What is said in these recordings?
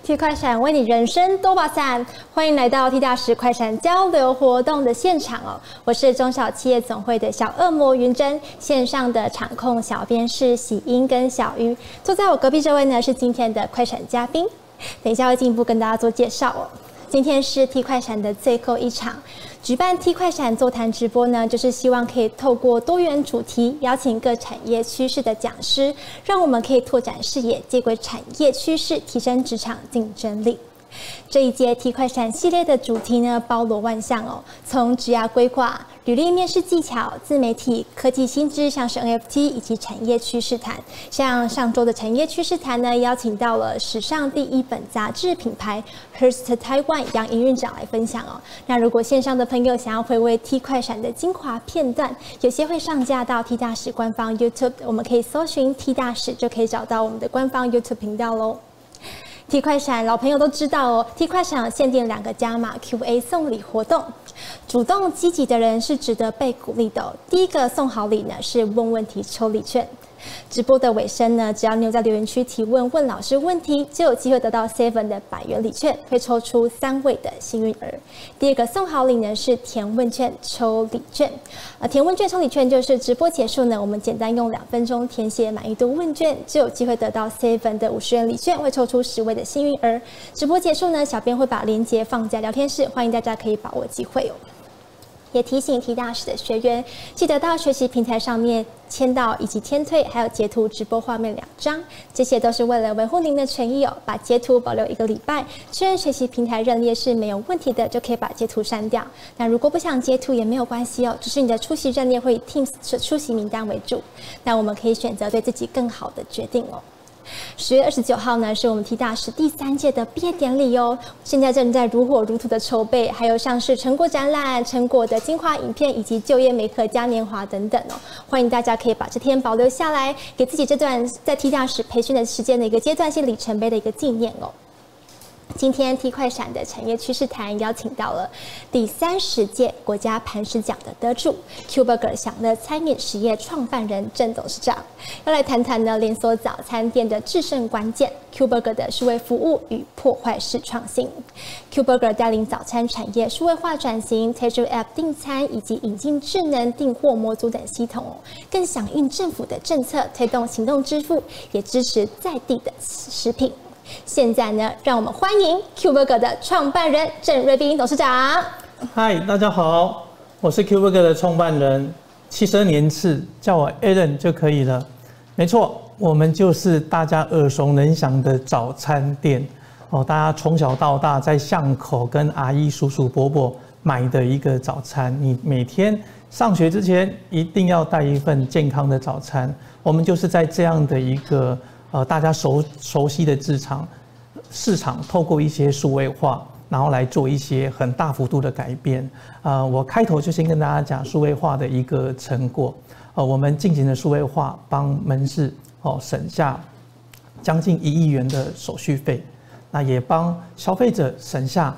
T 快闪为你人生多把伞，欢迎来到 T 大使快闪交流活动的现场哦！我是中小企业总会的小恶魔云珍，线上的场控小编是喜英跟小鱼，坐在我隔壁这位呢是今天的快闪嘉宾，等一下会进一步跟大家做介绍哦。今天是 T 快闪的最后一场，举办 T 快闪座谈直播呢，就是希望可以透过多元主题，邀请各产业趋势的讲师，让我们可以拓展视野，接轨产业趋势，提升职场竞争力。这一届 T 快闪系列的主题呢，包罗万象哦，从职涯规划、履历面试技巧、自媒体、科技新知，像是 NFT 以及产业趋势谈。像上周的产业趋势谈呢，邀请到了史上第一本杂志品牌 Hearst Taiwan 杨营运长来分享哦。那如果线上的朋友想要回味 T 快闪的精华片段，有些会上架到 T 大使官方 YouTube， 我们可以搜寻 T 大使就可以找到我们的官方 YouTube 频道喽。T 快闪老朋友都知道哦 ，T 快闪限定2个加码 QA 送礼活动，主动积极的人是值得被鼓励的哦。第一个送好礼呢是问问题抽礼券。直播的尾声呢，只要你有在留言区提问问老师问题，就有机会得到 Seven 的100元礼券，会抽出3位的幸运儿。第二个送好礼呢是填问卷抽礼券，填问卷抽礼券就是直播结束呢，我们简单用2分钟填写满意度问卷，就有机会得到 Seven 的50元礼券，会抽出10位的幸运儿。直播结束呢，小编会把链接放在聊天室，欢迎大家可以把握机会哦。也提醒 T 大使的学员，记得到学习平台上面签到以及填退，还有截图直播画面2张，这些都是为了维护您的权益哦。把截图保留1个礼拜，确认学习平台认列是没有问题的，就可以把截图删掉。那如果不想截图也没有关系哦，只是你的出席认列会以 Teams 的出席名单为主，那我们可以选择对自己更好的决定哦。10月29号呢，是我们 T 大使第3届的毕业典礼哦。现在正在如火如荼的筹备，还有像是成果展览、成果的精华影片以及就业媒合嘉年华等等哦。欢迎大家可以把这天保留下来，给自己这段在 T 大使培训的时间的一个阶段性里程碑的一个纪念哦。今天 T 快闪的产业趋势谈邀请到了第30届国家磐石奖的得主 Q Burger 享乐餐饮实业创办人郑董事长，要来谈谈呢连锁早餐店的制胜关键 Q Burger 的数位服务与破坏式创新。Q Burger 带领早餐产业数位化转型，推出 App 订餐以及引进智能订货模组等系统哦，更响应政府的政策，推动行动支付，也支持在地的食品。现在呢，让我们欢迎 Q Burger 的创办人郑瑞彬董事长。 嗨，大家好，我是 Q Burger 的创办人，72年次，叫我 Aaron 就可以了。没错，我们就是大家耳熟能详的早餐店哦，大家从小到大在巷口跟阿姨、叔叔、伯伯买的一个早餐，你每天上学之前一定要带一份健康的早餐。我们就是在这样的一个大家熟悉的市场，透过一些数位化，然后来做一些很大幅度的改变。我开头就先跟大家讲数位化的一个成果。我们进行了数位化，帮门市省下将近1亿元的手续费，那也帮消费者省下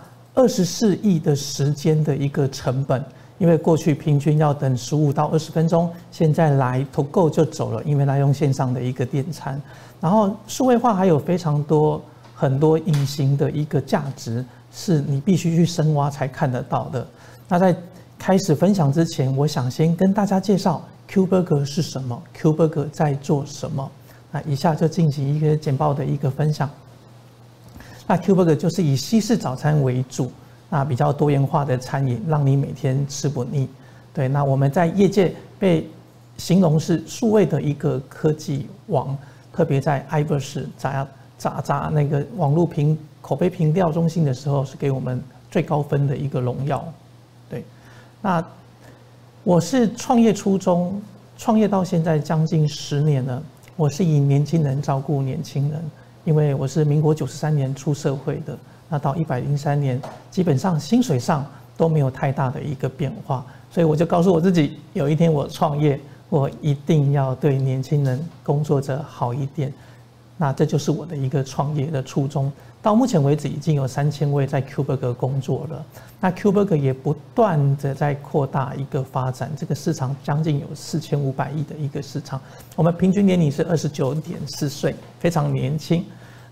24亿的时间的一个成本。因为过去平均要等15到20分钟，现在来投购就走了，因为来用线上的一个点餐。然后数位化还有非常很多隐形的一个价值，是你必须去深挖才看得到的。那在开始分享之前，我想先跟大家介绍 Q Burger 是什么 ，Q Burger 在做什么。那以下就进行一个简报的一个分享。那 Q Burger 就是以西式早餐为主。那比较多元化的餐饮，让你每天吃不腻。对，那我们在业界被形容是数位的一个科技王，特别在 iVerse 砸那个网络口碑评调中心的时候，是给我们最高分的一个荣耀。对，那我是创业初衷，创业到现在将近10年了。我是以年轻人照顾年轻人，因为我是民国93年出社会的。那到103年，基本上薪水上都没有太大的一个变化，所以我就告诉我自己，有一天我创业，我一定要对年轻人、工作者好一点。那这就是我的一个创业的初衷。到目前为止，已经有3000位在 Q Burger 工作了。那 Q Burger 也不断的在扩大一个发展，这个市场将近有4500亿的一个市场。我们平均年龄是29.4岁，非常年轻。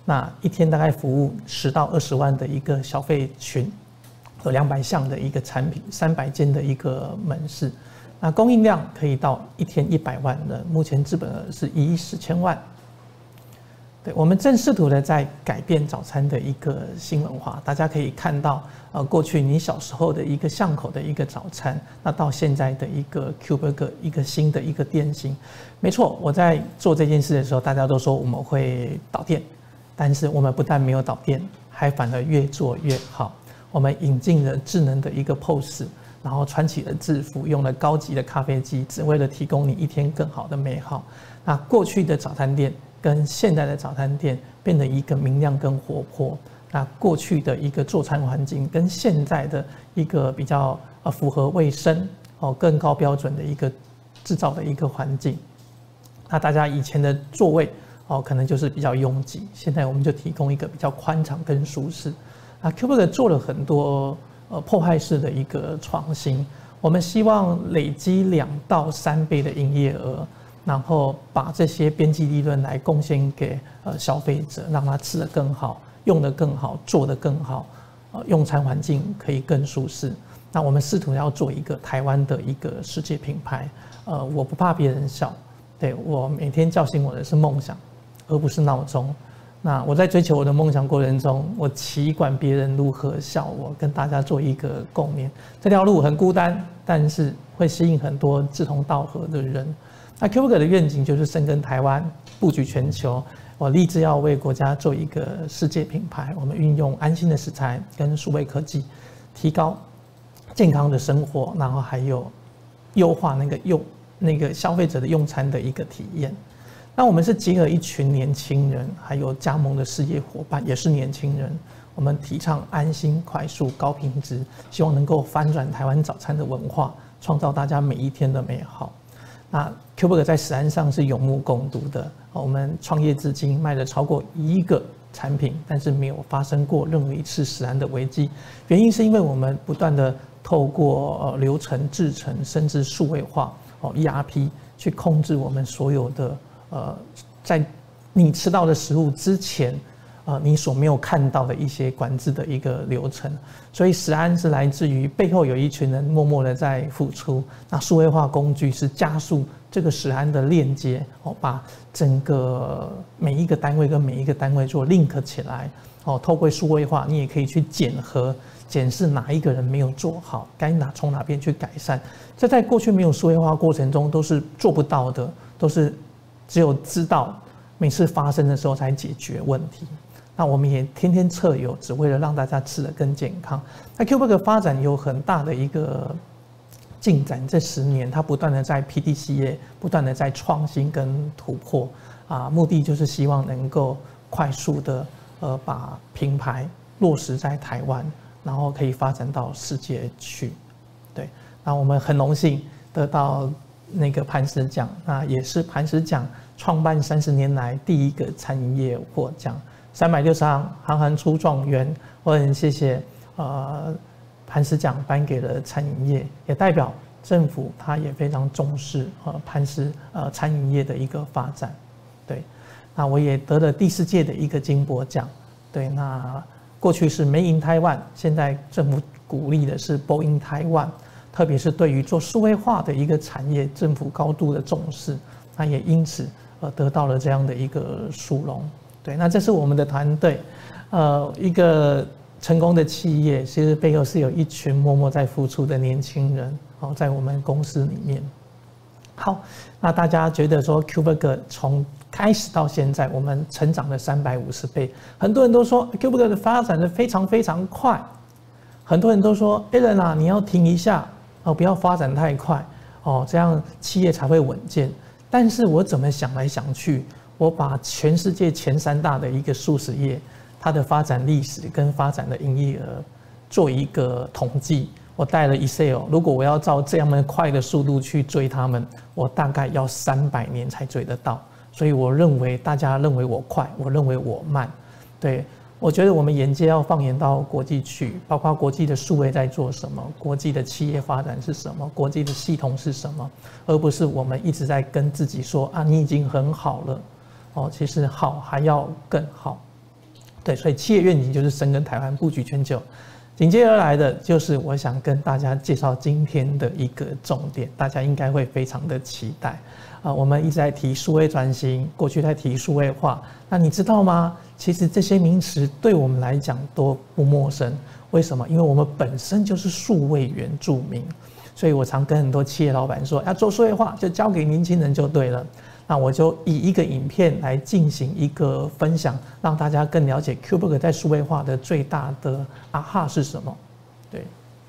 那一天大概服务10到20万的一个消费群，有200项的一个产品，300间的一个门市，那供应量可以到一天100万人，目前资本额是1亿4千万。对，我们正试图的在改变早餐的一个新文化，大家可以看到，过去你小时候的一个巷口的一个早餐，那到现在的一个 Q Burger 一个新的一个店型，没错，我在做这件事的时候，大家都说我们会倒店，但是我们不但没有倒店，还反而越做越好。我们引进了智能的一个 POS， 然后穿起了制服，用了高级的咖啡机，只为了提供你一天更好的美好。那过去的早餐店跟现在的早餐店变得一个明亮跟活泼，那过去的一个做餐环境跟现在的一个比较符合卫生更高标准的一个制造的一个环境。那大家以前的座位可能就是比较拥挤，现在我们就提供一个比较宽敞跟舒适。那 Q Burger 做了很多破坏式的一个创新，我们希望累积2到3倍的营业额。然后把这些边际利润来贡献给消费者，让他吃得更好，用得更好，做得更好，用餐环境可以更舒适。那我们试图要做一个台湾的一个世界品牌。我不怕别人笑，对，我每天叫醒我的是梦想，而不是闹钟。那我在追求我的梦想过程中，我岂管别人如何笑我，跟大家做一个共勉。这条路很孤单，但是会吸引很多志同道合的人。那 Q Burger 的愿景就是深耕台湾，布局全球。我立志要为国家做一个世界品牌。我们运用安心的食材跟数位科技，提高健康的生活，然后还有优化那个消费者的用餐的一个体验。那我们是结合一群年轻人，还有加盟的事业伙伴，也是年轻人。我们提倡安心、快速、高品质，希望能够翻转台湾早餐的文化，创造大家每一天的美好。那 Q Burger 在食安上是有目共睹的，我们创业至今卖了超过1亿个产品，但是没有发生过任何一次食安的危机。原因是因为我们不断的透过流程、制程，甚至数位化ERP 去控制我们所有的在你吃到的食物之前，你所没有看到的一些管制的一个流程。所以食安是来自于背后有一群人默默的在付出，那数位化工具是加速这个食安的链接，把整个每一个单位跟每一个单位做 link 起来，透过数位化，你也可以去检视哪一个人没有做好，该从哪边去改善。这在过去没有数位化过程中都是做不到的，都是只有知道每次发生的时候才解决问题。那我们也天天测油，只为了让大家吃得更健康。那 Q Burger 发展有很大的一个进展，这10年它不断的在 PDCA 不断的在创新跟突破目的就是希望能够快速的把品牌落实在台湾，然后可以发展到世界去。对，那我们很荣幸得到那个磐石奖，那也是磐石奖创办30年来第一个餐饮业获奖。360行出状元，我很谢谢磐石奖颁给了餐饮业，也代表政府他也非常重视磐石餐饮业的一个发展。对，那我也得了第4届的一个金箔奖。对，那过去是 Made in Taiwan， 现在政府鼓励的是 Born in Taiwan， 特别是对于做数位化的一个产业，政府高度的重视，那也因此得到了这样的一个殊荣。对，那这是我们的团队，一个成功的企业，其实背后是有一群默默在付出的年轻人，在我们公司里面。好，那大家觉得说 Q Burger 从开始到现在，我们成长了350倍，很多人都说 Q Burger 的发展的非常非常快，很多人都说 Alan 啊，你要停一下，不要发展太快，这样企业才会稳健。但是我怎么想来想去，我把全世界前3大的一个素食业，它的发展历史跟发展的营业额做一个统计。我带了 Excel， 如果我要照这样的快的速度去追他们，我大概要300年才追得到。所以我认为大家认为我快，我认为我慢。对，我觉得我们沿街要放眼到国际去，包括国际的数位在做什么，国际的企业发展是什么，国际的系统是什么，而不是我们一直在跟自己说啊，你已经很好了。其实好还要更好。 对，所以企业愿景就是深耕台湾，布局全球。紧接而来的就是我想跟大家介绍今天的一个重点，大家应该会非常的期待我们一直在提数位转型，过去在提数位化，那你知道吗？其实这些名词对我们来讲都不陌生。为什么？因为我们本身就是数位原住民，所以我常跟很多企业老板说，要做数位化就交给年轻人就对了。那我就以一个影片来进行一个分享，让大家更了解 KubeBurger 在数位化的最大的aha是什么。对，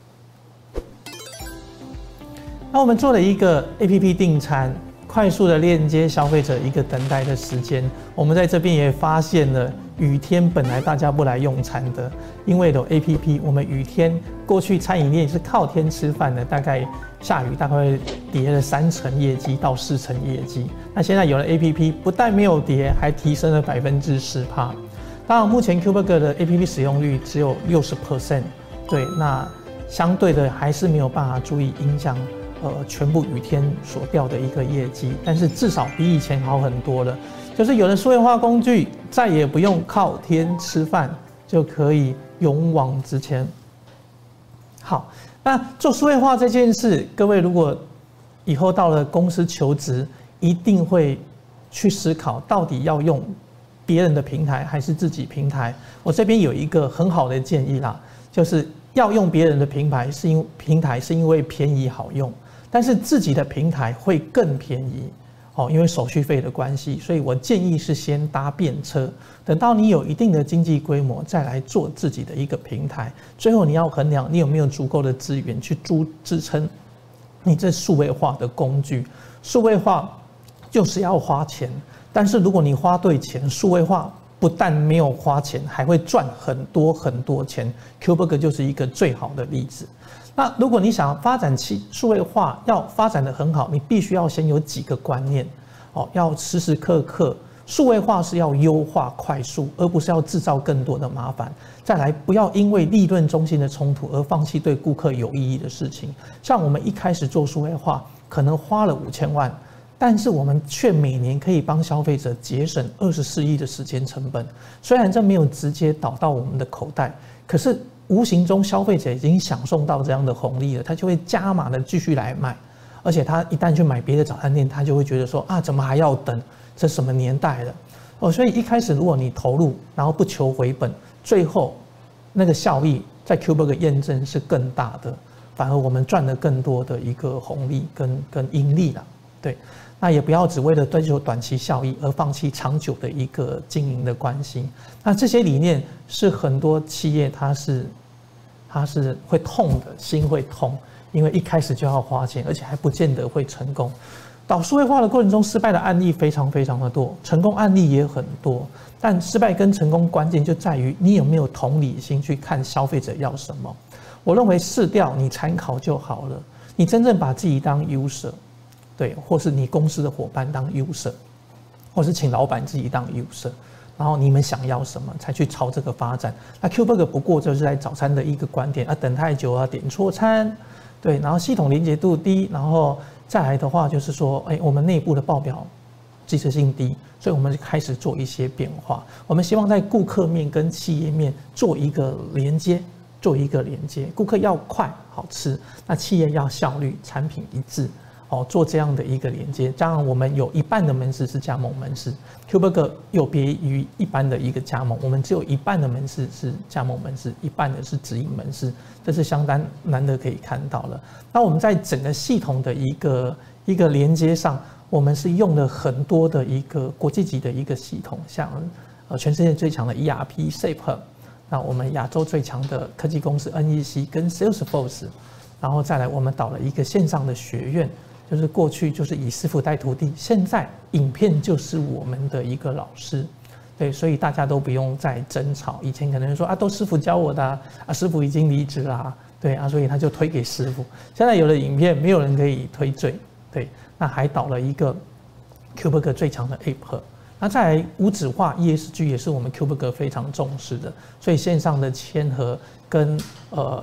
那我们做了一个 APP 订餐，快速的链接消费者一个等待的时间。我们在这边也发现了，雨天本来大家不来用餐的，因为有 APP， 我们雨天过去餐饮业是靠天吃饭的，大概下雨大概会跌了3成业绩到4成业绩。那现在有了 APP， 不但没有跌，还提升了4%。当然，目前 KubeBurger 的 APP 使用率只有60%，对，那相对的还是没有办法足以影响全部雨天所掉的一个业绩，但是至少比以前好很多了。就是有了数位化工具，再也不用靠天吃饭，就可以勇往直前。好，那做数位化这件事，各位如果以后到了公司求职，一定会去思考，到底要用别人的平台还是自己平台。我这边有一个很好的建议啦，就是要用别人的平台是因为便宜好用，但是自己的平台会更便宜因为手续费的关系，所以我建议是先搭便车，等到你有一定的经济规模，再来做自己的一个平台。最后你要衡量你有没有足够的资源去支撑你这数位化的工具。数位化就是要花钱，但是如果你花对钱，数位化不但没有花钱，还会赚很多很多钱。KubeBurger 就是一个最好的例子。那如果你想发展数位化，要发展得很好，你必须要先有几个观念要时时刻刻数位化是要优化快速，而不是要制造更多的麻烦。再来，不要因为利润中心的冲突而放弃对顾客有意义的事情。像我们一开始做数位化，可能花了5000万，但是我们却每年可以帮消费者节省24亿的时间成本。虽然这没有直接导到我们的口袋，可是无形中消费者已经享受到这样的红利了，他就会加码的继续来买。而且他一旦去买别的早餐店，他就会觉得说怎么还要等？这什么年代了？所以一开始如果你投入，然后不求回本，最后那个效益在 KubeBurger 验证是更大的，反而我们赚了更多的一个红利跟盈利了。对，那也不要只为了追求短期效益而放弃长久的一个经营的关系。那这些理念是很多企业它是会痛的，心会痛，因为一开始就要花钱，而且还不见得会成功。导数位化的过程中，失败的案例非常非常的多，成功案例也很多。但失败跟成功关键就在于你有没有同理心去看消费者要什么。我认为试掉你参考就好了，你真正把自己当 user， 对，或是你公司的伙伴当 user， 或是请老板自己当 user。然后你们想要什么才去朝这个发展。那 KubeBurger 不过就是在早餐的一个观点等太久点错餐，对，然后系统连结度低，然后再来的话就是说，我们内部的报表及时性低，所以我们就开始做一些变化。我们希望在顾客面跟企业面做一个连接，顾客要快好吃，那企业要效率，产品一致。做这样的一个连接，加上我们有一半的门市是加盟门市 ，KubeBurger 有别于一般的一个加盟，我们只有一半的门市是加盟门市，一半的是直营门市，这是相当难得可以看到了。那我们在整个系统的一个连接上，我们是用了很多的一个国际级的一个系统，像全世界最强的 ERP SAP， 那我们亚洲最强的科技公司 NEC 跟 Salesforce， 然后再来我们导了一个线上的学院。就是过去就是以师傅带徒弟，现在影片就是我们的一个老师，对，所以大家都不用再争吵。以前可能说都师傅教我的师傅已经离职啦，对所以他就推给师傅。现在有了影片，没有人可以推罪，对，那还导了一个 KubeBurger 最强的 App。那再来无纸化 ESG 也是我们 KubeBurger 非常重视的，所以线上的签核跟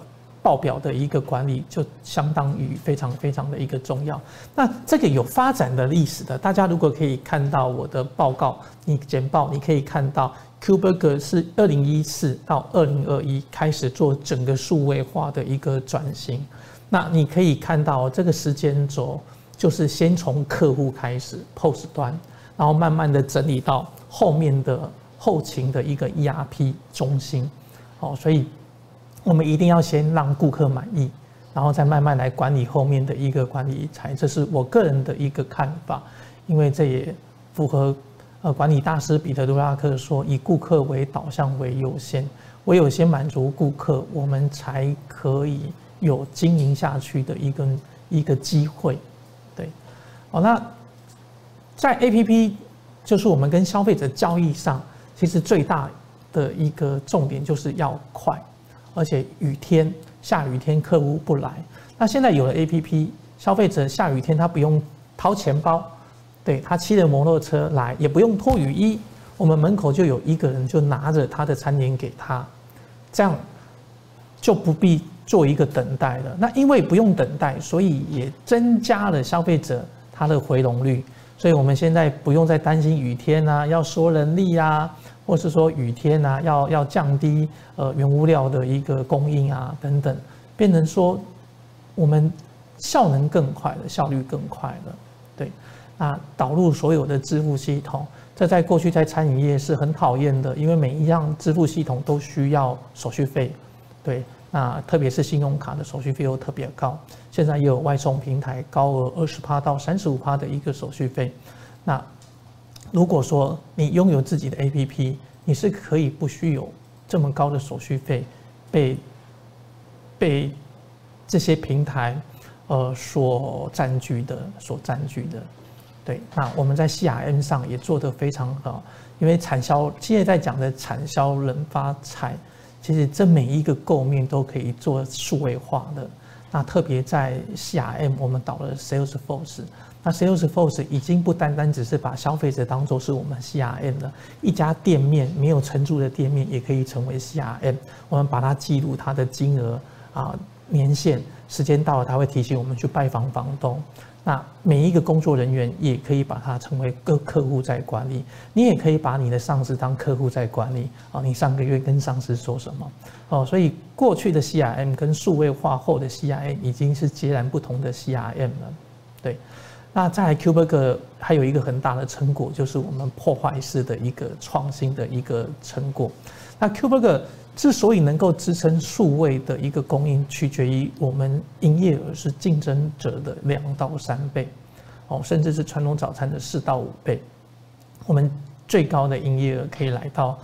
报表的一个管理就相当于非常非常的一个重要。那这个有发展的历史的，大家如果可以看到我的报告，简报你可以看到 Kohlberger 是2014到2021开始做整个数位化的一个转型。那你可以看到这个时间轴就是先从客户开始 POS 端，然后慢慢的整理到后面的后勤的一个 ERP 中心。所以我们一定要先让顾客满意，然后再慢慢来管理后面的一个管理财，这是我个人的一个看法，因为这也符合管理大师彼得·杜拉克说以顾客为导向为优先，唯有先满足顾客，我们才可以有经营下去的一个机会。对，那在 APP 就是我们跟消费者交易上，其实最大的一个重点就是要快，而且下雨天客户不来。那现在有了 APP， 消费者下雨天他不用掏钱包，对，他骑着摩托车来，也不用脱雨衣，我们门口就有一个人就拿着他的餐点给他，这样就不必做一个等待了。那因为不用等待，所以也增加了消费者他的回笼率，所以我们现在不用再担心雨天啊，要缩人力啊，或是说雨天啊，要降低原物料的一个供应啊等等，变成说我们效能更快了，效率更快了。对，那导入所有的支付系统，这在过去在餐饮业是很讨厌的，因为每一样支付系统都需要手续费。对，那特别是信用卡的手续费又特别高，现在也有外送平台高额20%到35%的一个手续费。那如果说你拥有自己的 APP， 你是可以不需有这么高的手续费被这些平台所占据的。对，那我们在 CRM 上也做得非常好，因为企业在讲的产销人发财，其实这每一个构面都可以做数位化的。那特别在 CRM 我们导了 Salesforce， 那 Salesforce 已经不单单只是把消费者当作是我们 CRM 了，一家店面没有承租的店面也可以成为 CRM， 我们把它记录它的金额年限，时间到了它会提醒我们去拜访房东。那每一个工作人员也可以把它成为客户在管理，你也可以把你的上司当客户在管理。你上个月跟上司说什么？所以过去的 CRM 跟数位化后的 CRM 已经是截然不同的 CRM 了。对，那再来 Kohlberger 还有一个很大的成果，就是我们破坏式的一个创新的一个成果。那 Kohlberger 之所以能够支撑数位的一个供应，取决于我们营业额是竞争者的2到3倍，甚至是传统早餐的4到5倍。我们最高的营业额可以来到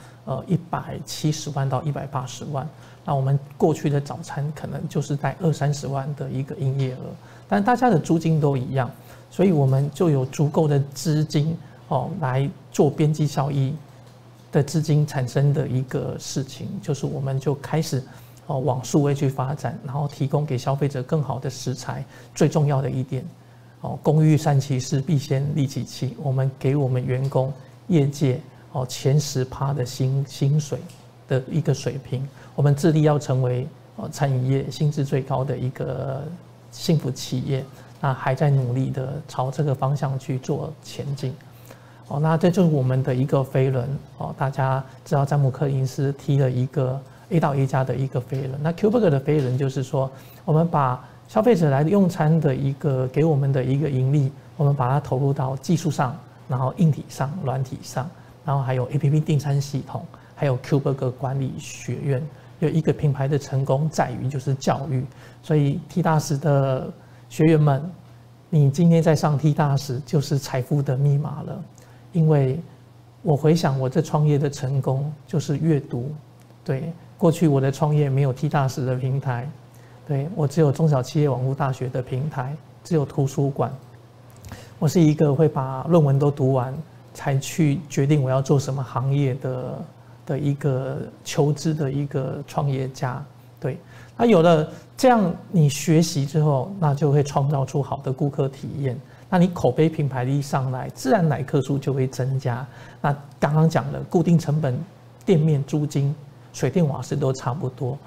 170万到180万。那我们过去的早餐可能就是在20-30万的一个营业额，但大家的租金都一样，所以我们就有足够的资金来做边际效益的资金产生的一个事情，就是我们就开始往数位去发展，然后提供给消费者更好的食材。最重要的一点，工欲善其事，必先利其器。我们给我们员工业界前10%的薪水的一个水平，我们致力要成为餐饮业薪资最高的一个幸福企业，那还在努力的朝这个方向去做前进。那这就是我们的一个飞轮。大家知道詹姆克林斯踢了一个 A 到 A 加的一个飞轮，那 Kohlberger 的飞轮就是说，我们把消费者来用餐的一个给我们的一个盈利，我们把它投入到技术上，然后硬体上、软体上，然后还有 APP 订餐系统，还有 Kohlberger 管理学院。有一个品牌的成功在于就是教育，所以 T 大使的学员们，你今天在上 T 大使就是财富的密码了。因为我回想我这创业的成功，就是阅读。对，过去我的创业没有 T 大使的平台，对，我只有中小企业网络大学的平台，只有图书馆。我是一个会把论文都读完，才去决定我要做什么行业的一个求知的一个创业家。对，那有了这样你学习之后，那就会创造出好的顾客体验。那你口碑品牌力上来，自然来客数就会增加。那刚刚讲的固定成本，店面租金、水电瓦斯都差不多。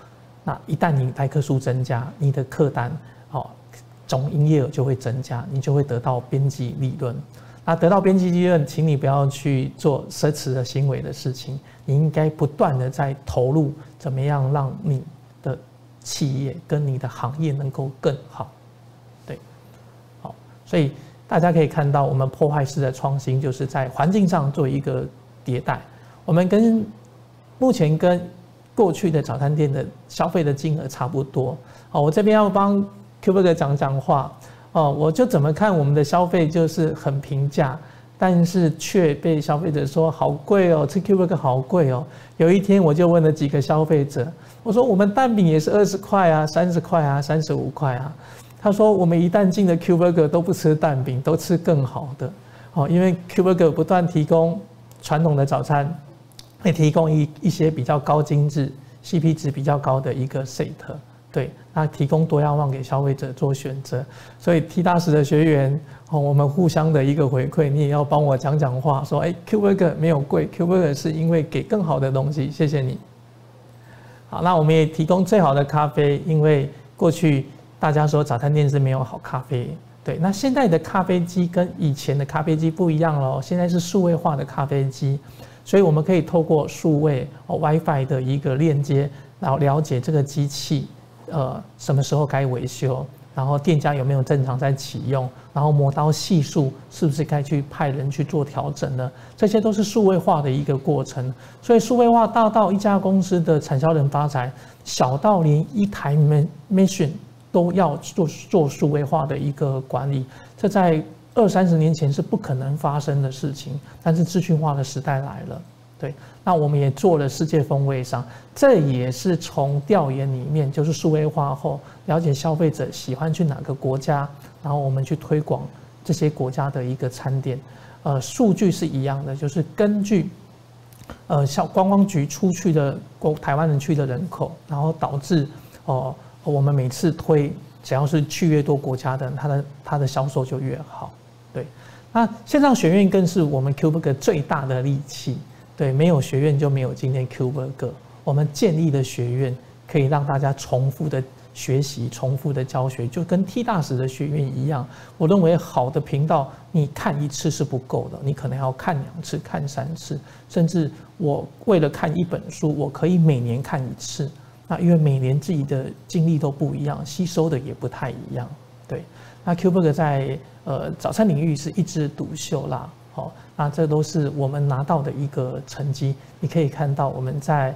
那一旦你来客数增加，你的客单总营业额就会增加，你就会得到边际利润。那得到边际利润，请你不要去做奢侈的行为的事情，你应该不断的在投入，怎么样让你的企业跟你的行业能够更好。对，好，所以大家可以看到，我们破坏式的创新就是在环境上做一个迭代。我们目前跟过去的早餐店的消费的金额差不多。我这边要帮 Qburger 讲话。我就怎么看我们的消费就是很平价，但是却被消费者说好贵哦，吃 Qburger 好贵哦。有一天我就问了几个消费者，我说我们蛋饼也是20块啊、30块啊、35块啊。他说我们一旦进了 Qburger 都不吃蛋饼，都吃更好的。因为 Qburger 不断提供传统的早餐，会提供一些比较高精致、CP 值比较高的一个 set。对，那提供多样化给消费者做选择，所以 T 大使的学员，我们互相的一个回馈，你也要帮我讲话，说Qburger 没有贵 ，Qburger 是因为给更好的东西，谢谢你。好，那我们也提供最好的咖啡，因为过去大家说早餐店是没有好咖啡，对，那现在的咖啡机跟以前的咖啡机不一样了，现在是数位化的咖啡机，所以我们可以透过数位WiFi 的一个链接，然后了解这个机器。什么时候该维修，然后店家有没有正常在启用，然后磨刀系数是不是该去派人去做调整呢？这些都是数位化的一个过程。所以数位化大到一家公司的产销人发财，小到连一台 machine 都要做数位化的一个管理。这在20-30年前是不可能发生的事情，但是资讯化的时代来了。对，那我们也做了世界风味商，这也是从调研里面，就是数位化后了解消费者喜欢去哪个国家，然后我们去推广这些国家的一个餐点。数据是一样的，就是根据像观光局出去的台湾人去的人口，然后导致我们每次推，只要是去越多国家的人，他的销售就越好。对，那线上学院更是我们 Qburger 最大的利器。对，没有学院就没有今天 Qburger。我们建立的学院可以让大家重复的学习、重复的教学，就跟 T 大使的学院一样。我认为好的频道，你看一次是不够的，你可能要看2次、看3次，甚至我为了看一本书，我可以每年看1次。那因为每年自己的经历都不一样，吸收的也不太一样。对，那 Qburger 在早餐领域是一枝独秀啦。那这都是我们拿到的一个成绩。你可以看到我们在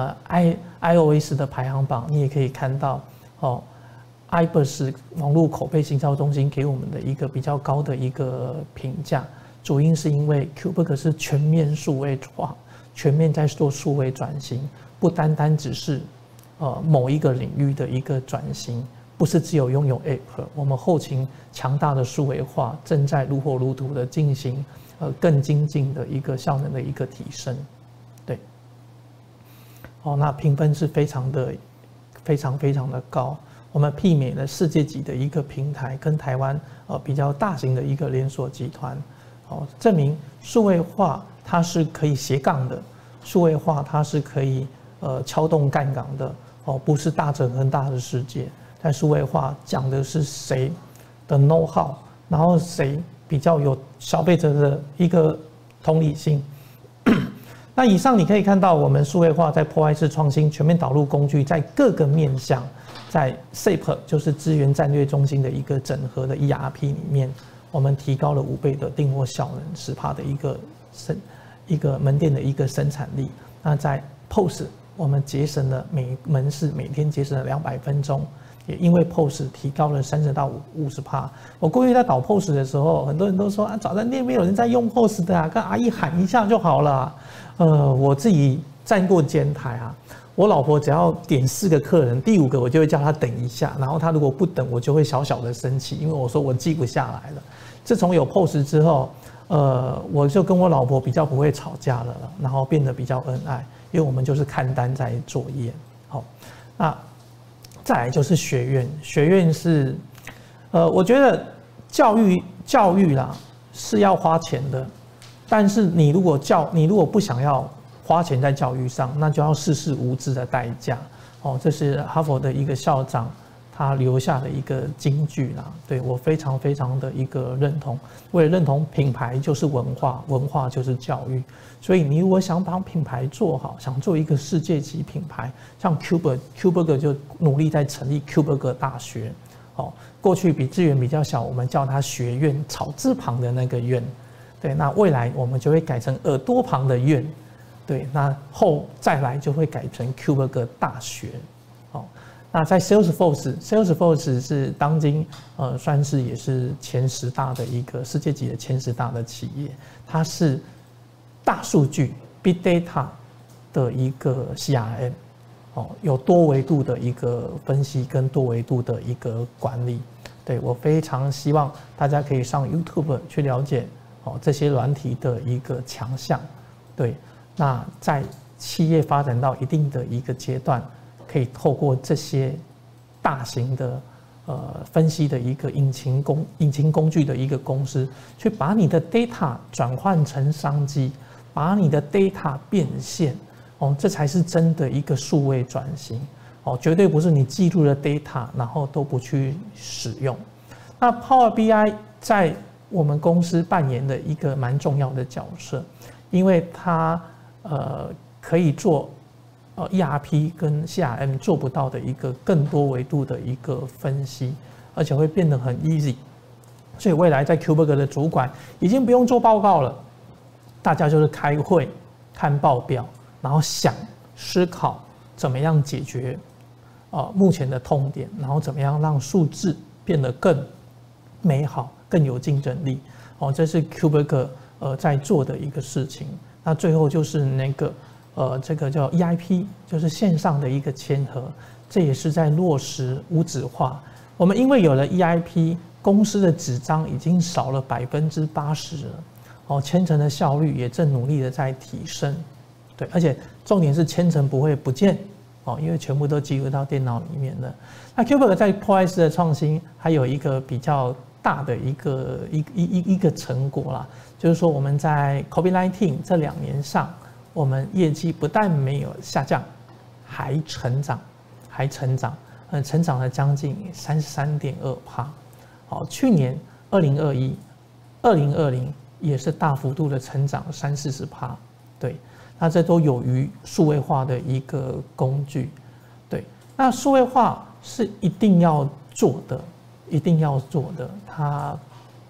iOS 的排行榜，你也可以看到iBus 网络口碑行销中心给我们的一个比较高的一个评价。主因是因为 Qburger 是全面数位化，全面在做数位转型，不单单只是某一个领域的一个转型。不是只有拥有 App， 我们后勤强大的数位化正在如火如荼的进行，更精进的一个效能的一个提升，对，那评分是非常的高，我们媲美了世界级的一个平台，跟台湾比较大型的一个连锁集团，证明数位化它是可以斜杠的，数位化它是可以敲动杠杆的，不是大整很大的世界。在数位化讲的是谁的 know how， 然后谁比较有消费者的一个同理心。那以上你可以看到，我们数位化在破坏式创新、全面导入工具，在各个面向，在 SAP 就是资源战略中心的一个整合的 ERP 里面，我们提高了5倍的订货效能，10%的一个门店的一个生产力。那在 POS， 我们节省了门市每天节省了200分钟。也因为 POS 提高了30%到50%。我过去在导 POS 的时候，很多人都说早餐店没有人在用 POS 的啊，跟阿姨喊一下就好了。我自己站过监台啊，我老婆只要点4个客人，第5个我就会叫她等一下，然后她如果不等，我就会小小的生气，因为我说我记不下来了。自从有 POS 之后，我就跟我老婆比较不会吵架了，然后变得比较恩爱，因为我们就是看单在作业。好，那。再来就是学院，学院是，我觉得教育啦是要花钱的，但是你如果不想要花钱在教育上，那就要世事无知的代价。 这是哈佛的一个校长他留下的一个金句啦，对我非常非常的一个认同。我也认同品牌就是文化，文化就是教育。所以你如果想把品牌做好，想做一个世界级品牌，像 Q-Burger 就努力在成立 Q-Burger 大学。过去资源比较小，我们叫它学院，草字旁的那个院。对，那未来我们就会改成耳朵旁的院。对，那再来就会改成 Q-Burger 大学。那在 Salesforce 是当今算是也是前10大的一个世界级的前10大的企业，它是大数据 Big Data 的一个 CRM， 有多维度的一个分析跟多维度的一个管理。对，我非常希望大家可以上 YouTube 去了解这些软体的一个强项。对，那在企业发展到一定的一个阶段，可以透过这些大型的分析的一个引擎工具的一个公司，去把你的 data 转换成商机，把你的 data 变现，这才是真的一个数位转型。绝对不是你记录了 data 然后都不去使用。那 Power BI 在我们公司扮演的一个蛮重要的角色，因为它可以做ERP 跟 CRM 做不到的一个更多维度的一个分析，而且会变得很 easy。所以未来在 Q-Burger 的主管已经不用做报告了，大家就是开会、看报表，然后思考怎么样解决目前的痛点，然后怎么样让数字变得更美好、更有竞争力。这是 Q-Burger 在做的一个事情。那最后就是那个这个叫 EIP， 就是线上的一个签核，这也是在落实无纸化。我们因为有了 EIP， 公司的纸张已经少了80%了，签呈的效率也正努力的在提升。对，而且重点是签呈不会不见，因为全部都记录到电脑里面的。那 Q-Burger 在 POS 的创新还有一个比较大的一个成果啦，就是说我们在 COVID-19 这2年上，我们业绩不但没有下降，还成长，成长了将近33.2%。去年2020也是大幅度的成长30-40%。对，那这都有于数位化的一个工具。对，那数位化是一定要做的，它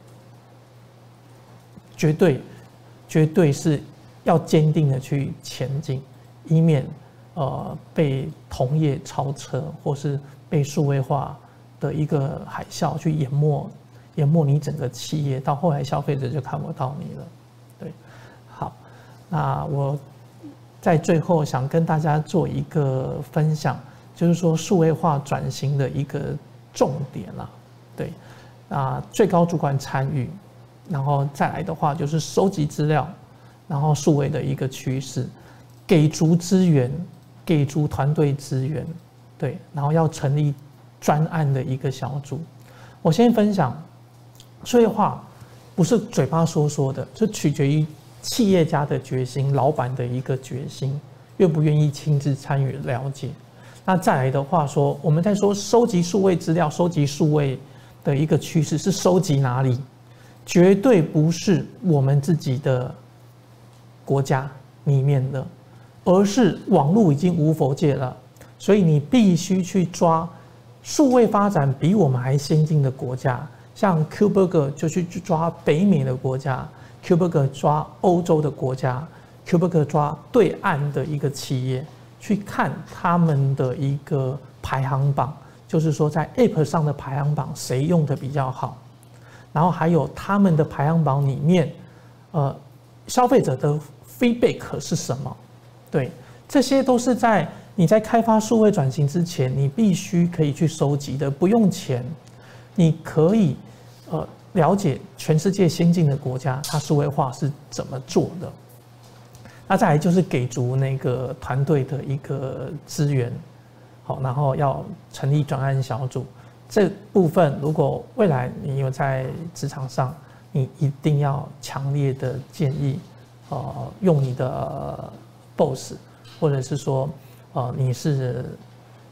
绝对是要坚定的去前进，以免被同业超车，或是被数位化的一个海啸去淹没你整个企业，到后来消费者就看不到你了。对，好，那我在最后想跟大家做一个分享，就是说数位化转型的一个重点啦。对，最高主管参与，然后再来的话就是收集资料，然后数位的一个趋势，给足资源，给足团队资源，对，然后要成立专案的一个小组。我先分享，数位化不是嘴巴说的，是取决于企业家的决心，老板的一个决心，愿不愿意亲自参与了解。那再来的话说，我们在说收集数位资料，收集数位的一个趋势是收集哪里？绝对不是我们自己的国家里面的，而是网络已经无国界了，所以你必须去抓数位发展比我们还先进的国家，像 Q-Burger 就去抓北美的国家， Q-Burger 抓欧洲的国家， Q-Burger 抓对岸的一个企业，去看他们的一个排行榜，就是说在 App 上的排行榜谁用的比较好，然后还有他们的排行榜里面消费者的 feedback 是什么。对，这些都是在你在开发数位转型之前，你必须可以去收集的，不用钱，你可以了解全世界先进的国家它数位化是怎么做的。那再来就是给足那个团队的一个资源，好，然后要成立专案小组。这部分如果未来你有在职场上，你一定要强烈的建议，用你的 boss， 或者是说你是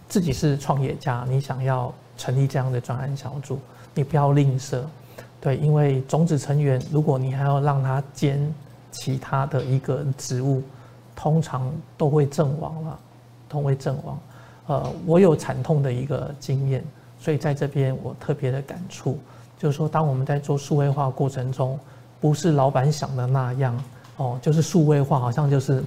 自己是创业家，你想要成立这样的专案小组，你不要吝啬，对，因为种子成员，如果你还要让他兼其他的一个职务，通常都会阵亡了，都会阵亡。我有惨痛的一个经验，所以在这边我特别的感触，就是说，当我们在做数位化过程中，不是老板想的那样哦，就是数位化好像就是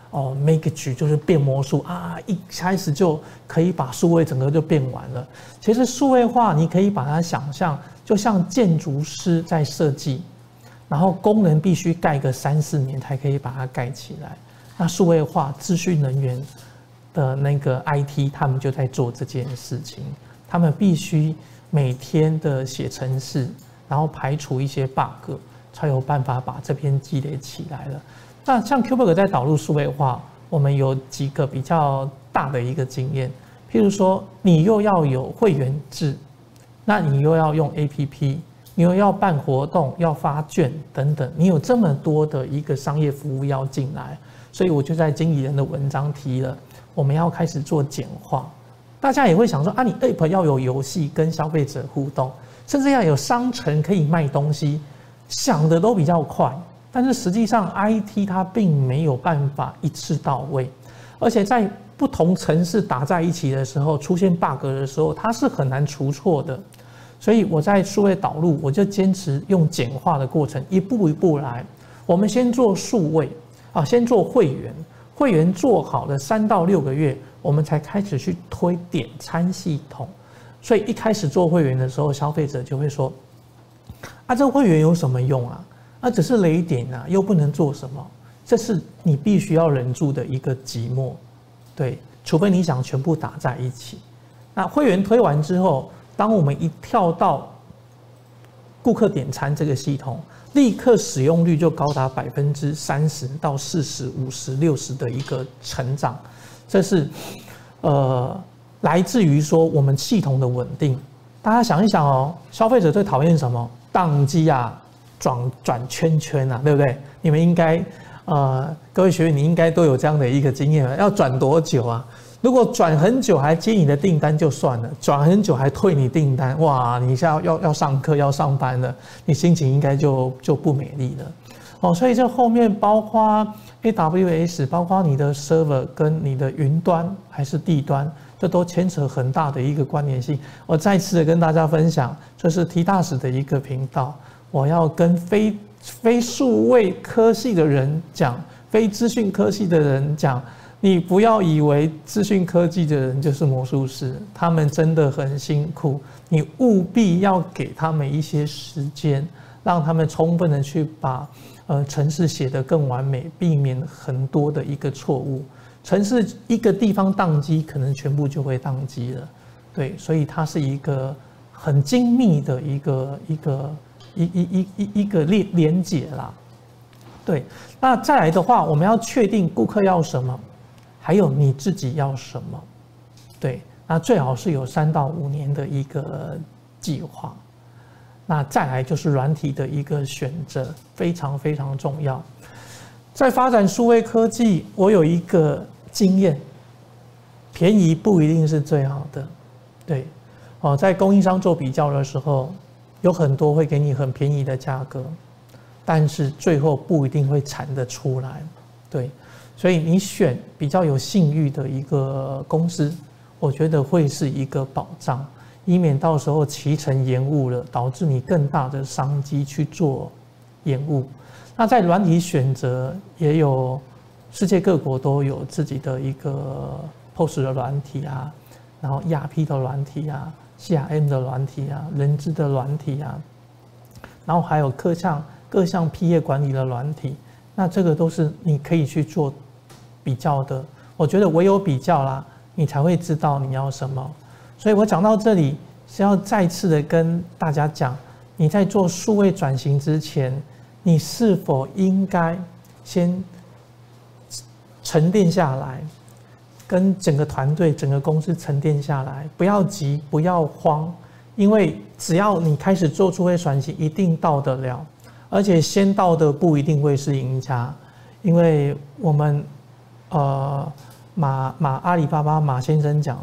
magic 就是变魔术啊，一开始就可以把数位整个就变完了。其实数位化你可以把它想象，就像建筑师在设计，然后工人必须盖个3-4年才可以把它盖起来。那数位化资讯人员的那个 IT， 他们就在做这件事情，他们必须每天的写程式，然后排除一些 bug， 才有办法把这边积累起来了。那像 KubeWorks 在导入数位化，我们有几个比较大的一个经验，譬如说，你又要有会员制，那你又要用 APP， 你又要办活动、要发券等等，你有这么多的一个商业服务要进来，所以我就在经理人的文章提了。我们要开始做简化，大家也会想说啊，你 App 要有游戏跟消费者互动，甚至要有商城可以卖东西，想的都比较快，但是实际上 IT 它并没有办法一次到位，而且在不同城市打在一起的时候，出现 bug 的时候，它是很难除错的。所以我在数位导入，我就坚持用简化的过程，一步一步来。我们先做数位啊，先做会员。会员做好了3到6个月，我们才开始去推点餐系统。所以一开始做会员的时候，消费者就会说：“啊，这个会员有什么用啊？啊，只是雷点啊，又不能做什么。”这是你必须要忍住的一个寂寞，对，除非你想全部打在一起。那会员推完之后，当我们一跳到顾客点餐这个系统，立刻使用率就高达30%到40%、50%、60%的一个成长，这是来自于说我们系统的稳定。大家想一想哦，消费者最讨厌什么？宕机啊，转圈圈啊，对不对？你们应该各位学员，你应该都有这样的一个经验，要转多久啊？如果转很久还接你的订单就算了，转很久还退你订单，哇，你现在要上课要上班了，你心情应该就不美丽了哦。所以这后面包括 AWS， 包括你的 server 跟你的云端还是地端，这都牵扯很大的一个关联性。我再次的跟大家分享，这是 T 大使的一个频道，我要跟非数位科系的人讲，非资讯科系的人讲。你不要以为资讯科技的人就是魔术师，他们真的很辛苦。你务必要给他们一些时间，让他们充分的去把程式写得更完美，避免很多的一个错误。程式一个地方宕机，可能全部就会宕机了。对，所以它是一个很精密的一个连结啦。对，那再来的话，我们要确定顾客要什么。还有你自己要什么？对，那最好是有3到5年的一个计划。那再来就是软体的一个选择，非常非常重要。在发展数位科技，我有一个经验，便宜不一定是最好的。对，在供应商做比较的时候，有很多会给你很便宜的价格，但是最后不一定会产得出来。对。所以你选比较有信誉的一个公司，我觉得会是一个保障，以免到时候期程延误了，导致你更大的商机去做延误。那在软体选择也有，世界各国都有自己的一个 POS 的软体啊，然后 ERP 的软体啊 ，CRM 的软体啊，人资的软体啊，然后还有各项批业管理的软体，那这个都是你可以去做比较的。我觉得唯有比较啦，你才会知道你要什么。所以我讲到这里是要再次的跟大家讲，你在做数位转型之前，你是否应该先沉淀下来，跟整个团队、整个公司沉淀下来，不要急，不要慌，因为只要你开始做数位转型，一定到得了，而且先到的不一定会是赢家，因为我们阿里巴巴马先生讲了，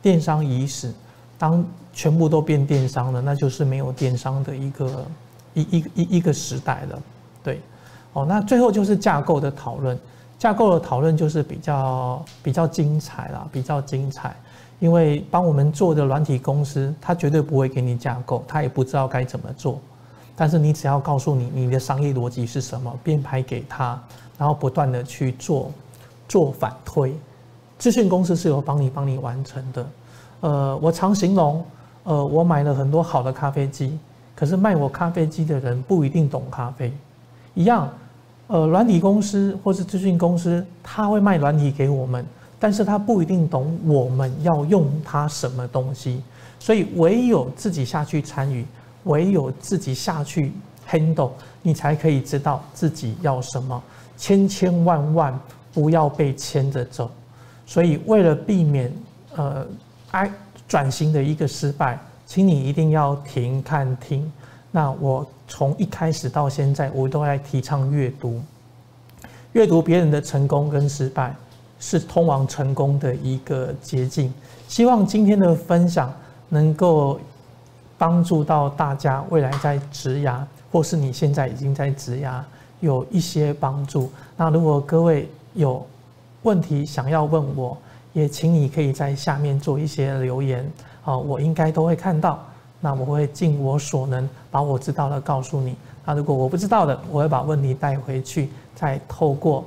电商已死，当全部都变电商了，那就是没有电商的一个时代了。对，那最后就是架构的讨论。架构的讨论就是比较精彩啦，比较精彩。因为帮我们做的软体公司，他绝对不会给你架构，他也不知道该怎么做。但是你只要告诉你的商业逻辑是什么，编排给他，然后不断的去做反推。资讯公司是有帮你完成的。我常形容，我买了很多好的咖啡机，可是卖我咖啡机的人不一定懂咖啡。一样，软体公司或是资讯公司，他会卖软体给我们，但是他不一定懂我们要用它什么东西。所以唯有自己下去参与，唯有自己下去 handle， 你才可以知道自己要什么。千万不要被牵着走。所以为了避免转型的一个失败，请你一定要停看听。那我从一开始到现在，我都在提倡阅读，阅读别人的成功跟失败，是通往成功的一个捷径。希望今天的分享能够帮助到大家，未来在职涯，或是你现在已经在职涯，有一些帮助。那如果各位有问题想要问我，也请你可以在下面做一些留言，我应该都会看到。那我会尽我所能，把我知道的告诉你。那如果我不知道的，我会把问题带回去，再透过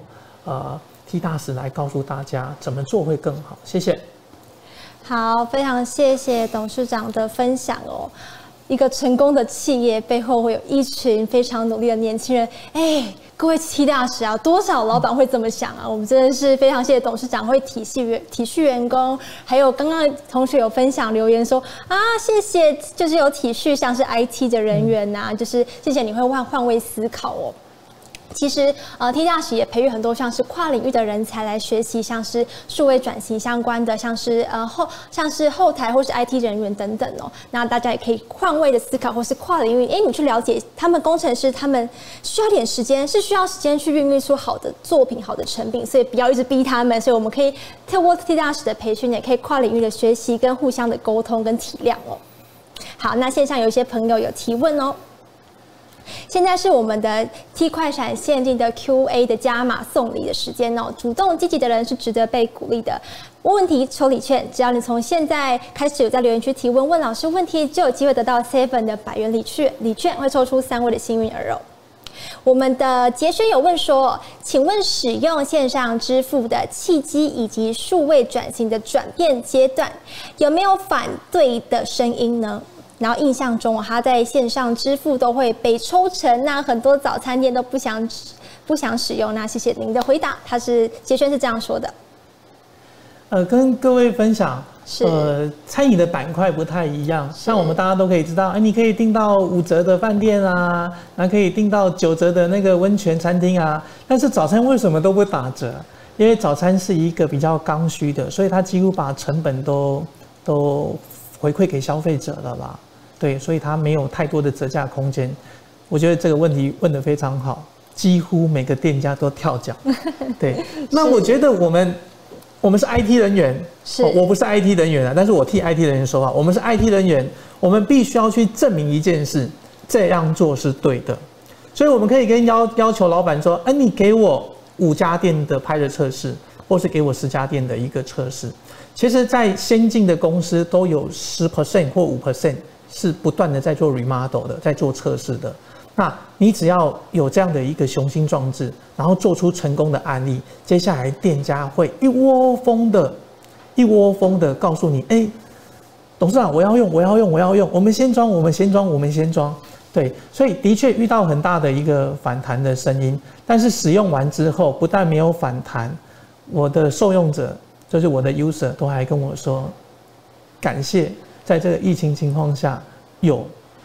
T 大使来告诉大家怎么做会更好。谢谢。 好，非常谢谢董事长的分享哦。一个成功的企业背后会有一群非常努力的年轻人。各位 T 大使啊，多少老板会这么想啊？我们真的是非常谢谢董事长会体恤员工，还有刚刚同学有分享留言说谢谢，就是有体恤像是 IT 的人员呐，就是谢谢你会换位思考哦。其实T 大使也培育很多像是跨领域的人才来学习，像是数位转型相关的，像是后台或是 IT 人员等等哦。那大家也可以换位的思考，或是跨领域，你去了解他们工程师，他们需要点时间，是需要时间去孕育出好的作品、好的成品，所以不要一直逼他们。所以我们可以透过 T 大使的培训，也可以跨领域的学习跟互相的沟通跟体谅哦。好，那线上有一些朋友有提问哦。现在是我们的 T 快闪限定的 Q&A 的加码送礼的时间哦，主动积极的人是值得被鼓励的。问问题抽礼券，只要你从现在开始有在留言区提问，问老师问题，就有机会得到 7 的100元礼券，会抽出3位的幸运儿哦。我们的杰轩有问说，请问使用线上支付的契机以及数位转型的转变阶段，有没有反对的声音呢？然后印象中，他在线上支付都会被抽成，那很多早餐店都不想使用。那谢谢您的回答，杰轩是这样说的。 跟各位分享，餐饮的板块不太一样。像我们大家都可以知道，你可以订到5折的饭店啊，然后可以订到9折的那个温泉餐厅啊。但是早餐为什么都不打折？因为早餐是一个比较刚需的，所以它几乎把成本都回馈给消费者了啦。对，所以它没有太多的折价空间。我觉得这个问题问得非常好，几乎每个店家都跳脚。对，那我觉得我们是 IT 人员，我不是 IT 人员啊，但是我替 IT 人员说话。我们是 IT 人员，我们必须要去证明一件事，这样做是对的。所以我们可以跟要求老板说，你给我5家店的拍的测试，或是给我10家店的一个测试。其实，在先进的公司都有10% 或5%是不断的在做 remodel 的，在做测试的。那你只要有这样的一个雄心壮志，然后做出成功的案例，接下来店家会一窝蜂的告诉你，董事长我要用，我们先装。对，所以的确遇到很大的一个反弹的声音，但是使用完之后，不但没有反弹，我的受用者就是我的 user 都还跟我说，感谢在这个疫情情况下有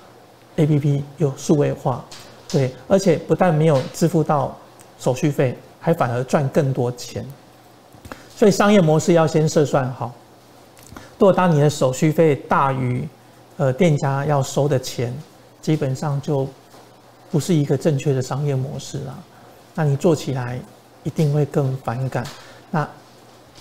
APP 有数位化，对，而且不但没有支付到手续费，还反而赚更多钱。所以商业模式要先设算好。如果当你的手续费大于店家要收的钱，基本上就不是一个正确的商业模式啦。那你做起来一定会更反感。那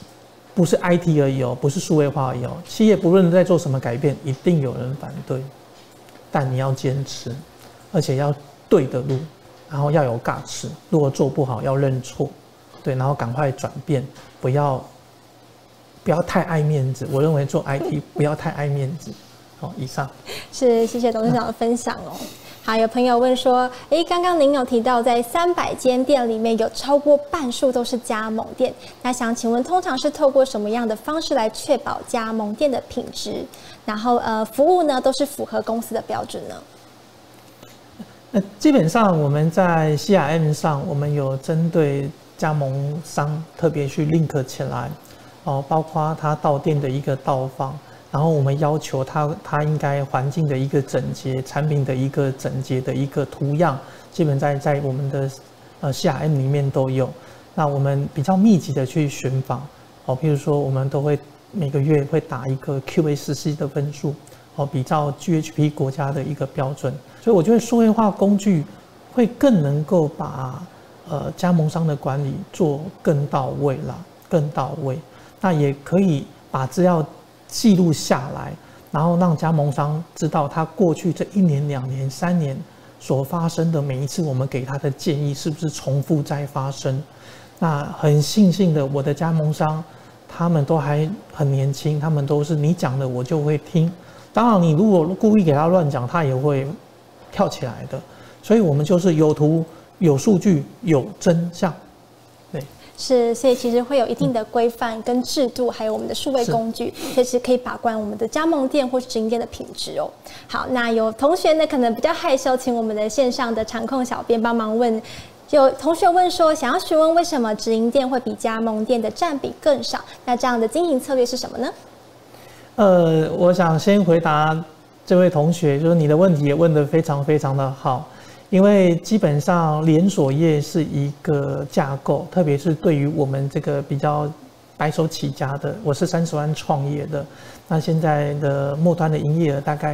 不是 IT 而已哦，不是数位化而已哦。企业不论在做什么改变，一定有人反对，但你要坚持，而且要对的路，然后要有guts，如果做不好要认错，对，然后赶快转变，不要太爱面子。我认为做 IT 不要太爱面子。好，以上是谢谢董事长的分享哦。好，有朋友问说，刚刚您有提到在300间店里面有超过半数都是加盟店，那想请问，通常是透过什么样的方式来确保加盟店的品质？然后服务呢都是符合公司的标准呢？ 基本上我们在 CRM 上，我们有针对加盟商特别去 link 起来，包括他到店的一个到访。然后我们要求它应该环境的一个整洁，产品的一个整洁的一个图样，基本在我们的CRM 里面都有。那我们比较密集的去寻访，譬如说我们都会每个月会打一个 QA14的分数，比照 GHP 国家的一个标准。所以我觉得数位化工具会更能够把加盟商的管理做更到位啦，更到位。那也可以把资料记录下来，然后让加盟商知道他过去这1年、2年、3年所发生的每一次我们给他的建议是不是重复再发生。那很庆幸的，我的加盟商他们都还很年轻，他们都是你讲的我就会听。当然你如果故意给他乱讲，他也会跳起来的。所以我们就是有图、有数据、有真相。对。 是，所以其实会有一定的规范跟制度，还有我们的数位工具，其实可以把关我们的加盟店或是直营店的品质哦。好，那有同学呢可能比较害羞，请我们的线上的场控小编帮忙问。有同学问说，想要询问为什么直营店会比加盟店的占比更少？那这样的经营策略是什么呢？ 我想先回答这位同学，就是你的问题也问得非常非常的好。因为基本上连锁业是一个架构，特别是对于我们这个比较白手起家的，我是30万创业的，那现在的末端的营业额大概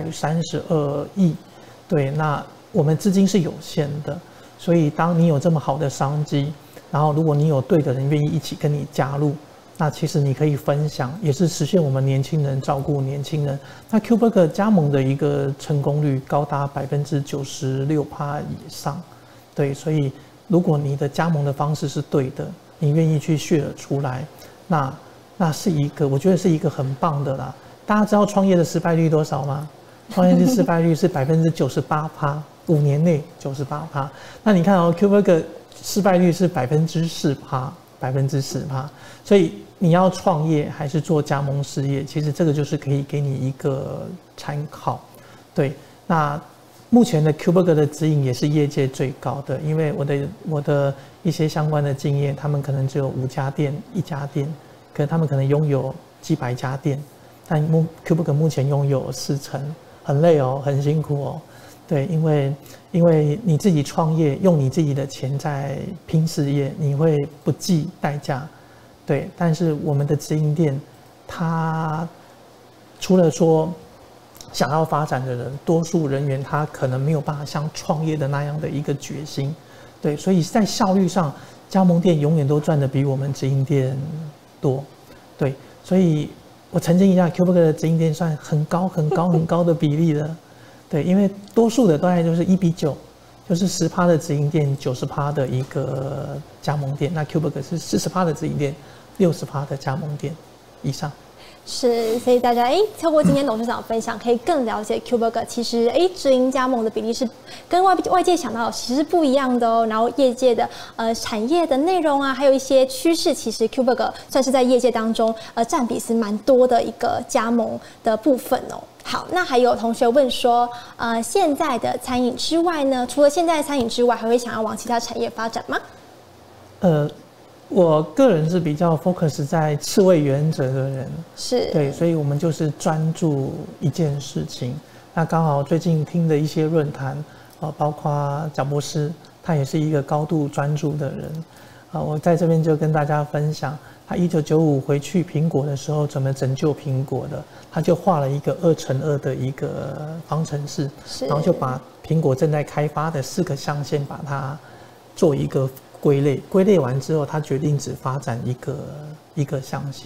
32亿，对，那我们资金是有限的，所以当你有这么好的商机，然后如果你有对的人愿意一起跟你加入，那其实你可以分享，也是实现我们年轻人照顾年轻人。那 QBurger 加盟的一个成功率高达96%以上，对，所以如果你的加盟的方式是对的，你愿意去share出来，那是一个，我觉得是一个很棒的啦。大家知道创业的失败率多少吗？创业的失败率是98%，5年内98%。那你看哦 ，QBurger 失败率是4%，4%，所以你要创业还是做加盟事业，其实这个就是可以给你一个参考。对，那目前的 QBurger 的指引也是业界最高的，因为我的一些相关的经验，他们可能只有5家店、1家店，可他们可能拥有几百家店，但QBurger 目前拥有40%，很累哦，很辛苦哦。对，因为你自己创业，用你自己的钱在拼事业，你会不计代价。对，但是我们的直营店，它除了说想要发展的人，多数人员他可能没有办法像创业的那样的一个决心。对，所以在效率上，加盟店永远都赚得比我们直营店多。对，所以我澄清一下 ，QBurger 的直营店算很高的比例了。对，因为多数的大概就是1:9，就是10%的直营店，90%的一个加盟店。那 QBurger 是40%的直营店，60%的加盟店以上。 是，所以大家透过今天董事长分享，可以更了解 QBurger 其实直营加盟的比例是跟外界想到的其实不一样的哦。然后业界的产业的内容啊，还有一些趋势，其实 QBurger 算是在业界当中占比是蛮多的一个加盟的部分哦。好，那还有同学问说，现在的餐饮之外呢，除了现在的餐饮之外，还会想要往其他产业发展吗？ 我个人是比较 focus 在刺猬原则的人， 是对，所以我们就是专注一件事情。那刚好最近听的一些论坛，包括贾博士，他也是一个高度专注的人，我在这边就跟大家分享，他1995回去苹果的时候怎么拯救苹果的，他就画了一个2×2的一个方程式，然后就把苹果正在开发的4个象限把它做一个归类完之后，他决定只发展一个象限。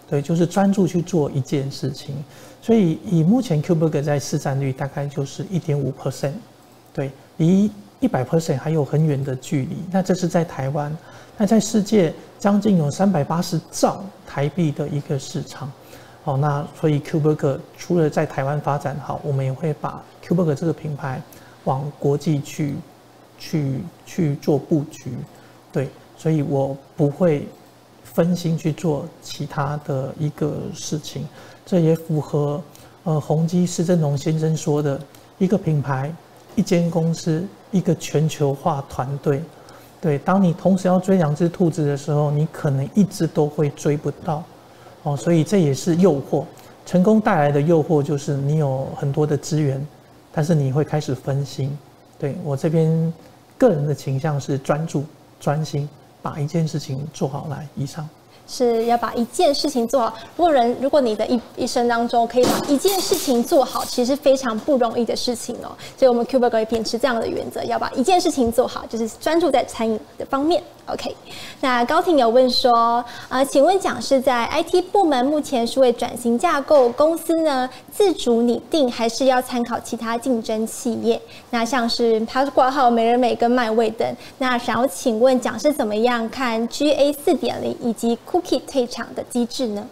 对，就是专注去做一件事情。所以以目前 Q Burger 在市占率大概就是 1.5%， 对，离100% 还有很远的距离。那这是在台湾，那在世界将近有380兆台币的一个市场。好，那所以 Q Burger 除了在台湾发展好，我们也会把 Q Burger 这个品牌往国际去做布局。对，所以我不会分心去做其他的一个事情。这也符合宏基施正荣先生说的一个品牌、一间公司、一个全球化团队。对，当你同时要追2只兔子的时候，你可能一直都会追不到。哦，所以这也是诱惑。成功带来的诱惑就是你有很多的资源，但是你会开始分心。对，我这边个人的倾向是专注、专心，把一件事情做好来。以上。 是要把一件事情做好。如果你的一生当中可以把一件事情做好，其实是非常不容易的事情哦。所以我们 Q Burger 秉持这样的原则，要把一件事情做好，就是专注在餐饮的方面。OK， 那高婷有问说，请问讲师在 IT 部门目前是为转型架构公司呢，自主拟定还是要参考其他竞争企业？那像是它挂号美人美跟麦味等，那想要请问讲师怎么样看 GA 4.0以及 Cookie 退场的机制呢？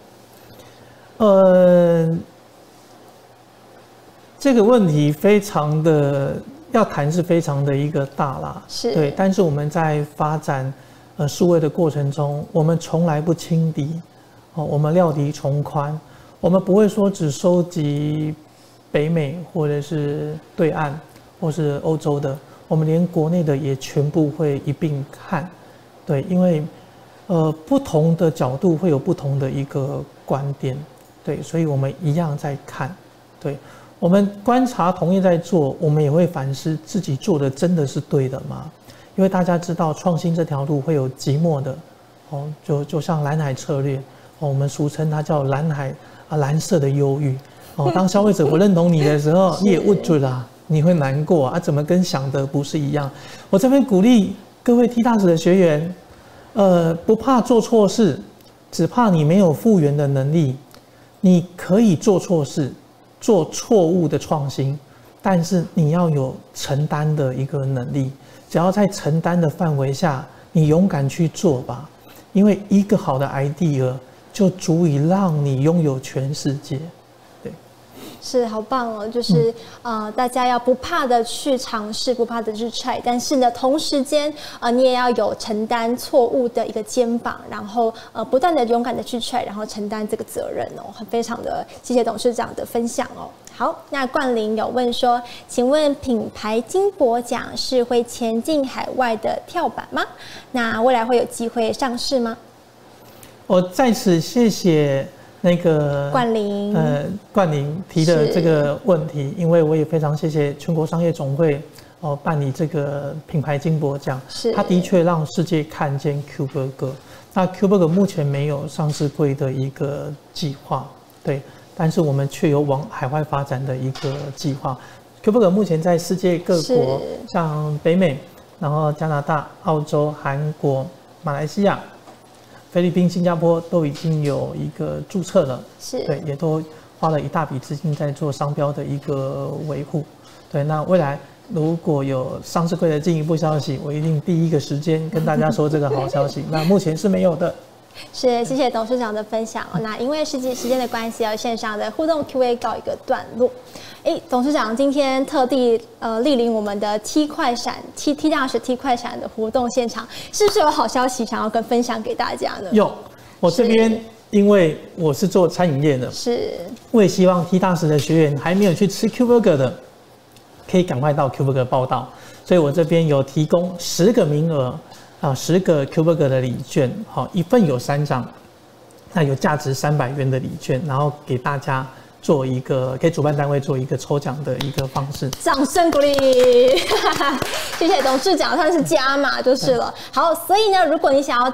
这个问题非常的要谈，是非常的一个大啦， 是对。但是我们在发展数位的过程中，我们从来不轻敌，我们料敌从宽，我们不会说只收集北美或者是对岸或是欧洲的，我们连国内的也全部会一并看，对，因为不同的角度会有不同的一个观点，对，所以我们一样在看，对。我们观察同业在做，我们也会反思自己做的真的是对的吗？因为大家知道创新这条路会有寂寞的，就像蓝海策略，我们俗称它叫蓝海蓝色的忧郁。当消费者不认同你的时候，你也无助啦，你会难过啊，怎么跟想的不是一样？我这边鼓励各位 T 大使的学员，不怕做错事，只怕你没有复原的能力。你可以做错事。做错误的创新，但是你要有承担的一个能力。只要在承担的范围下，你勇敢去做吧。因为一个好的 idea 就足以让你拥有全世界。对， 是好棒哦！就是大家要不怕的去尝试，不怕的去 try， 但是呢，同时间你也要有承担错误的一个肩膀，然后不断的勇敢的去 try， 然后承担这个责任哦。非常的谢谢董事长的分享哦。好，那冠霖有问说，请问品牌金箔奖是会前进海外的跳板吗？那未来会有机会上市吗？ 我在此谢谢那个冠霖提的这个问题，因为我也非常谢谢全国商业总会办理这个品牌金箔奖，它的确让世界看见 Q Burger。那 Q Burger 目前没有上市柜的一个计划，对，但是我们却有往海外发展的一个计划。Q Burger 目前在世界各国，像北美，然后加拿大、澳洲、韩国、马来西亚、菲律宾、新加坡都已经有一个注册了，对，也都花了一大笔资金在做商标的一个维护。对，那未来如果有上市柜的进一步消息，我一定第一个时间跟大家说这个好消息。那目前是没有的。 是，谢谢董事长的分享哦。那因为时间的关系，线上的互动 Q&A 告一个段落。董事长今天特地莅临我们的 T 快闪 T 大使 T 快闪的活动现场，是不是有好消息想要分享给大家呢？ 有，我这边因为我是做餐饮业的， 是，我也希望 T 大使的学员还没有去吃 Q Burger 的，可以赶快到 Q Burger 报到。所以我这边有提供10个名额。10个 Q Burger 的礼券，一份有3张，那有价值300元的礼券，然后给大家做一个给主办单位做一个抽奖的一个方式。 掌声鼓励，谢谢董事长，算是加码就是了。好，所以呢，如果你想要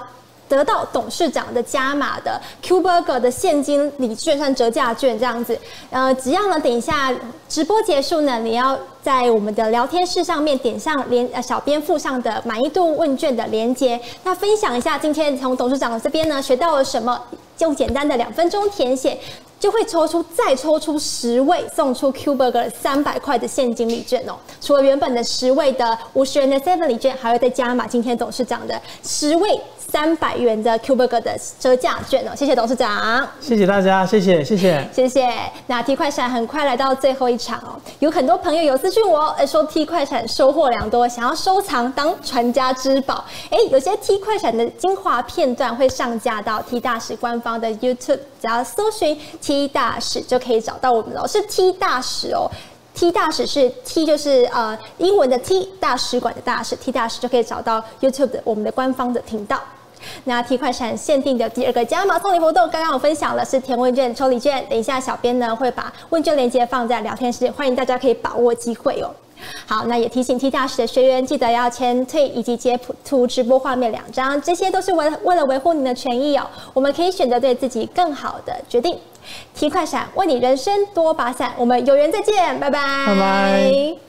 得到董事长的加码的 Q Burger 的现金礼券算折价券这样子。只要呢等一下直播结束呢，你要在我们的聊天室上面点上小编附上的满意度问卷的连结，那分享一下今天从董事长这边呢学到了什么，用简单的2分钟填写，就会再抽出10位，送出 Q Burger 300块的现金礼券哦。除了原本的10位的50元的 7 礼券，还会再加码今天董事长的10位300元的 Q Burger 的折价券哦。谢谢董事长， 谢谢大家，谢谢。 那 T 快闪很快来到最后一场哦，有很多朋友有私讯我说 T 快闪收获良多，想要收藏当传家之宝。有些 T 快闪的精华片段会上架到 T 大使官方的 YouTube， 只要搜寻 T 大使就可以找到我们了，是 T 大使哦。T 大使是 T 就是英文的 T 大使馆的大使 ，T 大使就可以找到 YouTube 的我们的官方的频道。那 T 快闪限定的第2个加码送礼活动，刚刚我分享了是填问卷抽礼券，等一下小编呢会把问卷链接放在聊天室，欢迎大家可以把握机会哦。好，那也提醒 T 大使的学员记得要签退以及截图直播画面2张，这些都是为了维护您的权益哦。我们可以选择对自己更好的决定。T 快闪为你人生多把伞，我们有缘再见，拜拜。